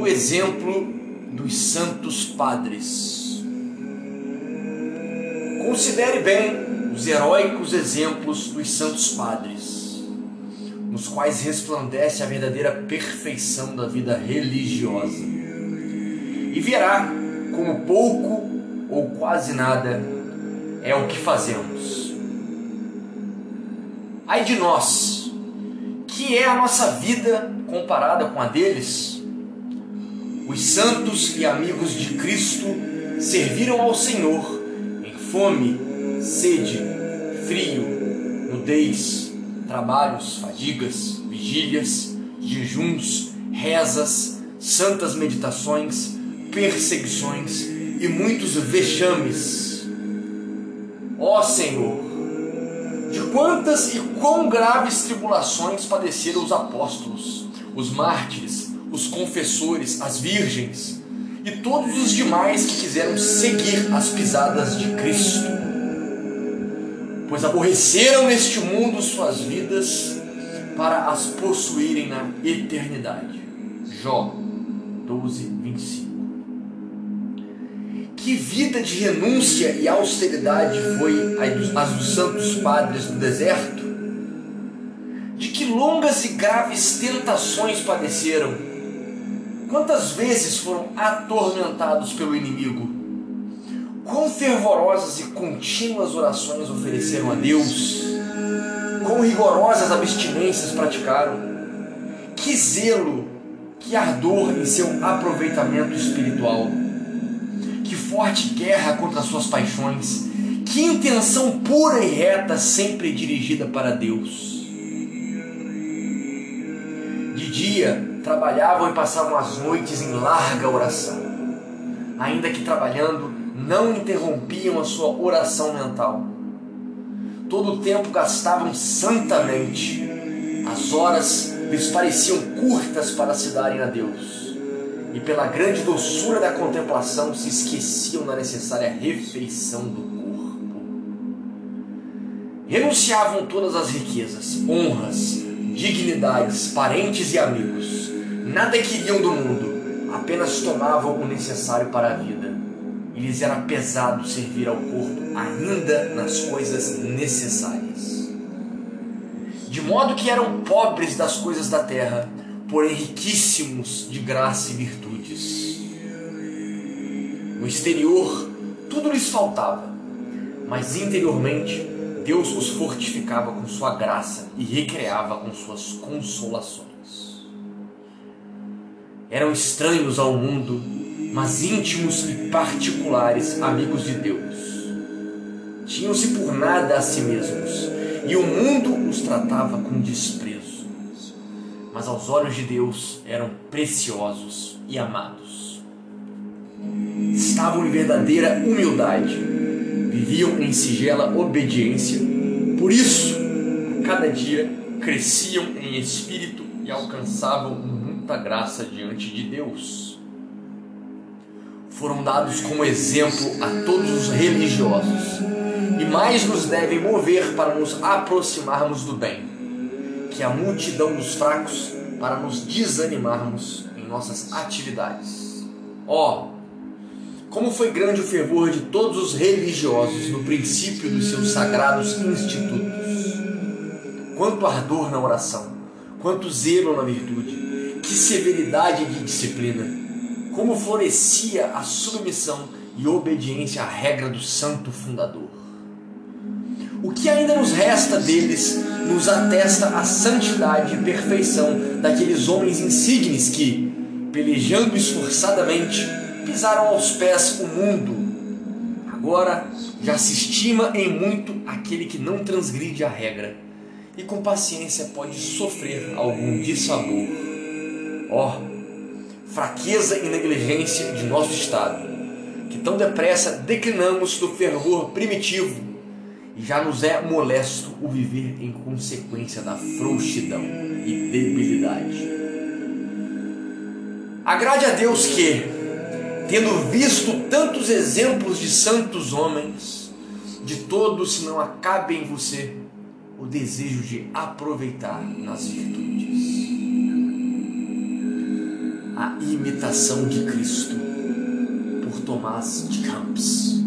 exemplo dos santos padres. Considere bem os heróicos exemplos dos santos padres, nos quais resplandece a verdadeira perfeição da vida religiosa, e verá como pouco ou quase nada é o que fazemos. Ai de nós, que é a nossa vida comparada com a deles? Os santos e amigos de Cristo serviram ao Senhor em fome, sede, frio, nudez, trabalhos, fadigas, vigílias, jejuns, rezas, santas meditações, perseguições e muitos vexames. Ó Senhor, de quantas e quão graves tribulações padeceram os apóstolos, os mártires, os confessores, as virgens e todos os demais que quiseram seguir as pisadas de Cristo, pois aborreceram neste mundo suas vidas para as possuírem na eternidade. Jó 12:25. Que vida de renúncia e austeridade foi as dos santos padres do deserto? De que longas e graves tentações padeceram? Quantas vezes foram atormentados pelo inimigo? Quão fervorosas e contínuas orações ofereceram a Deus? Quão rigorosas abstinências praticaram? Que zelo, que ardor em seu aproveitamento espiritual! Que forte guerra contra suas paixões! Que intenção pura e reta, sempre dirigida para Deus! De dia, trabalhavam e passavam as noites em larga oração. Ainda que trabalhando, não interrompiam a sua oração mental. Todo o tempo gastavam santamente. As horas lhes pareciam curtas para se darem a Deus. E pela grande doçura da contemplação se esqueciam da necessária refeição do corpo. Renunciavam todas as riquezas, honras, dignidades, parentes e amigos. Nada queriam do mundo, apenas tomavam o necessário para a vida. E lhes era pesado servir ao corpo ainda nas coisas necessárias. De modo que eram pobres das coisas da terra, porém riquíssimos de graça e virtudes. No exterior, tudo lhes faltava, mas interiormente, Deus os fortificava com sua graça e recreava com suas consolações. Eram estranhos ao mundo, mas íntimos e particulares amigos de Deus. Tinham-se por nada a si mesmos, e o mundo os tratava com desprezo. Mas aos olhos de Deus eram preciosos e amados. Estavam em verdadeira humildade, viviam em sigela obediência, por isso, a cada dia, cresciam em espírito e alcançavam muita graça diante de Deus. Foram dados como exemplo a todos os religiosos, e mais nos devem mover para nos aproximarmos do bem, que a multidão dos fracos, para nos desanimarmos em nossas atividades. Como foi grande o fervor de todos os religiosos no princípio dos seus sagrados institutos! Quanto ardor na oração, quanto zelo na virtude, que severidade de disciplina! Como florescia a submissão e obediência à regra do santo fundador! O que ainda nos resta deles nos atesta a santidade e perfeição daqueles homens insignes que, pelejando esforçadamente, pisaram aos pés o mundo. Agora já se estima em muito aquele que não transgride a regra e com paciência pode sofrer algum dissabor. Fraqueza e negligência de nosso estado, que tão depressa declinamos do fervor primitivo, e já nos é molesto o viver em consequência da frouxidão e debilidade. Agrade a Deus que, tendo visto tantos exemplos de santos homens, de todos se não acabe em você o desejo de aproveitar nas virtudes. A Imitação de Cristo, por Tomás de Campos.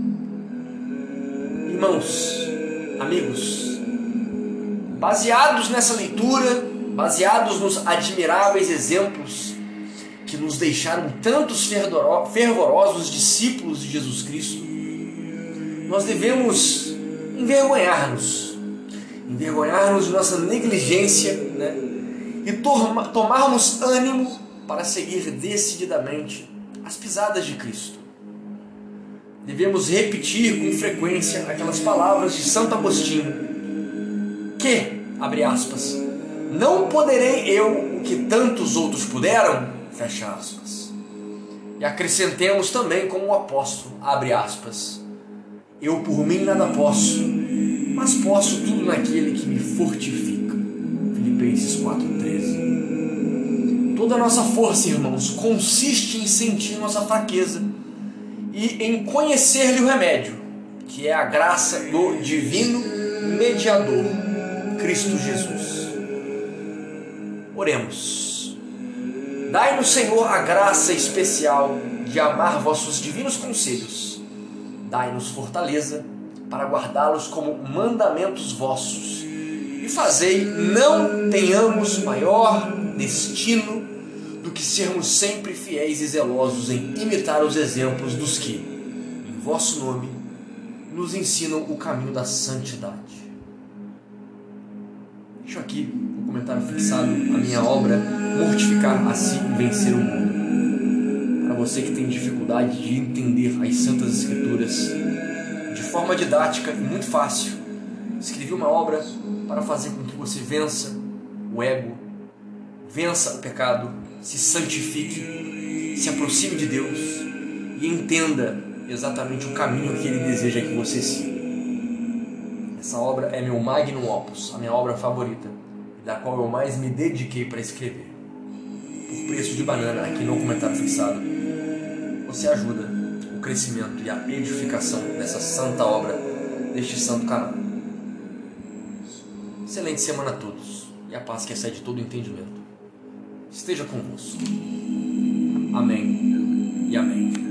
Irmãos, amigos, baseados nessa leitura, baseados nos admiráveis exemplos que nos deixaram tantos fervorosos discípulos de Jesus Cristo, nós devemos envergonhar-nos de nossa negligência, e tomarmos ânimo para seguir decididamente as pisadas de Cristo. Devemos repetir com frequência aquelas palavras de Santo Agostinho, que, abre aspas, não poderei eu o que tantos outros puderam, fecha aspas. E acrescentemos também como o apóstolo, abre aspas, eu por mim nada posso, mas posso tudo naquele que me fortifica. Filipenses 4,13. Toda a nossa força, irmãos, consiste em sentir nossa fraqueza e em conhecer-lhe o remédio, que é a graça do divino mediador, Cristo Jesus. Oremos. Dai-nos, Senhor, a graça especial de amar vossos divinos conselhos. Dai-nos fortaleza para guardá-los como mandamentos vossos. E fazei não tenhamos maior destino do que sermos sempre fiéis e zelosos em imitar os exemplos dos que, em vosso nome, nos ensinam o caminho da santidade. Deixo aqui no comentário fixado a minha obra Mortificar a si e Vencer o Mundo. Para você que tem dificuldade de entender as Santas Escrituras de forma didática e muito fácil, escrevi uma obra para fazer com que você vença o ego, vença o pecado, se santifique, se aproxime de Deus e entenda exatamente o caminho que Ele deseja que você siga. Essa obra é meu magnum opus, a minha obra favorita, da qual eu mais me dediquei para escrever. Por preço de banana, aqui no comentário fixado, você ajuda o crescimento e a edificação dessa santa obra, deste santo canal. Excelente semana a todos, e a paz que excede todo entendimento esteja convosco. Amém e amém.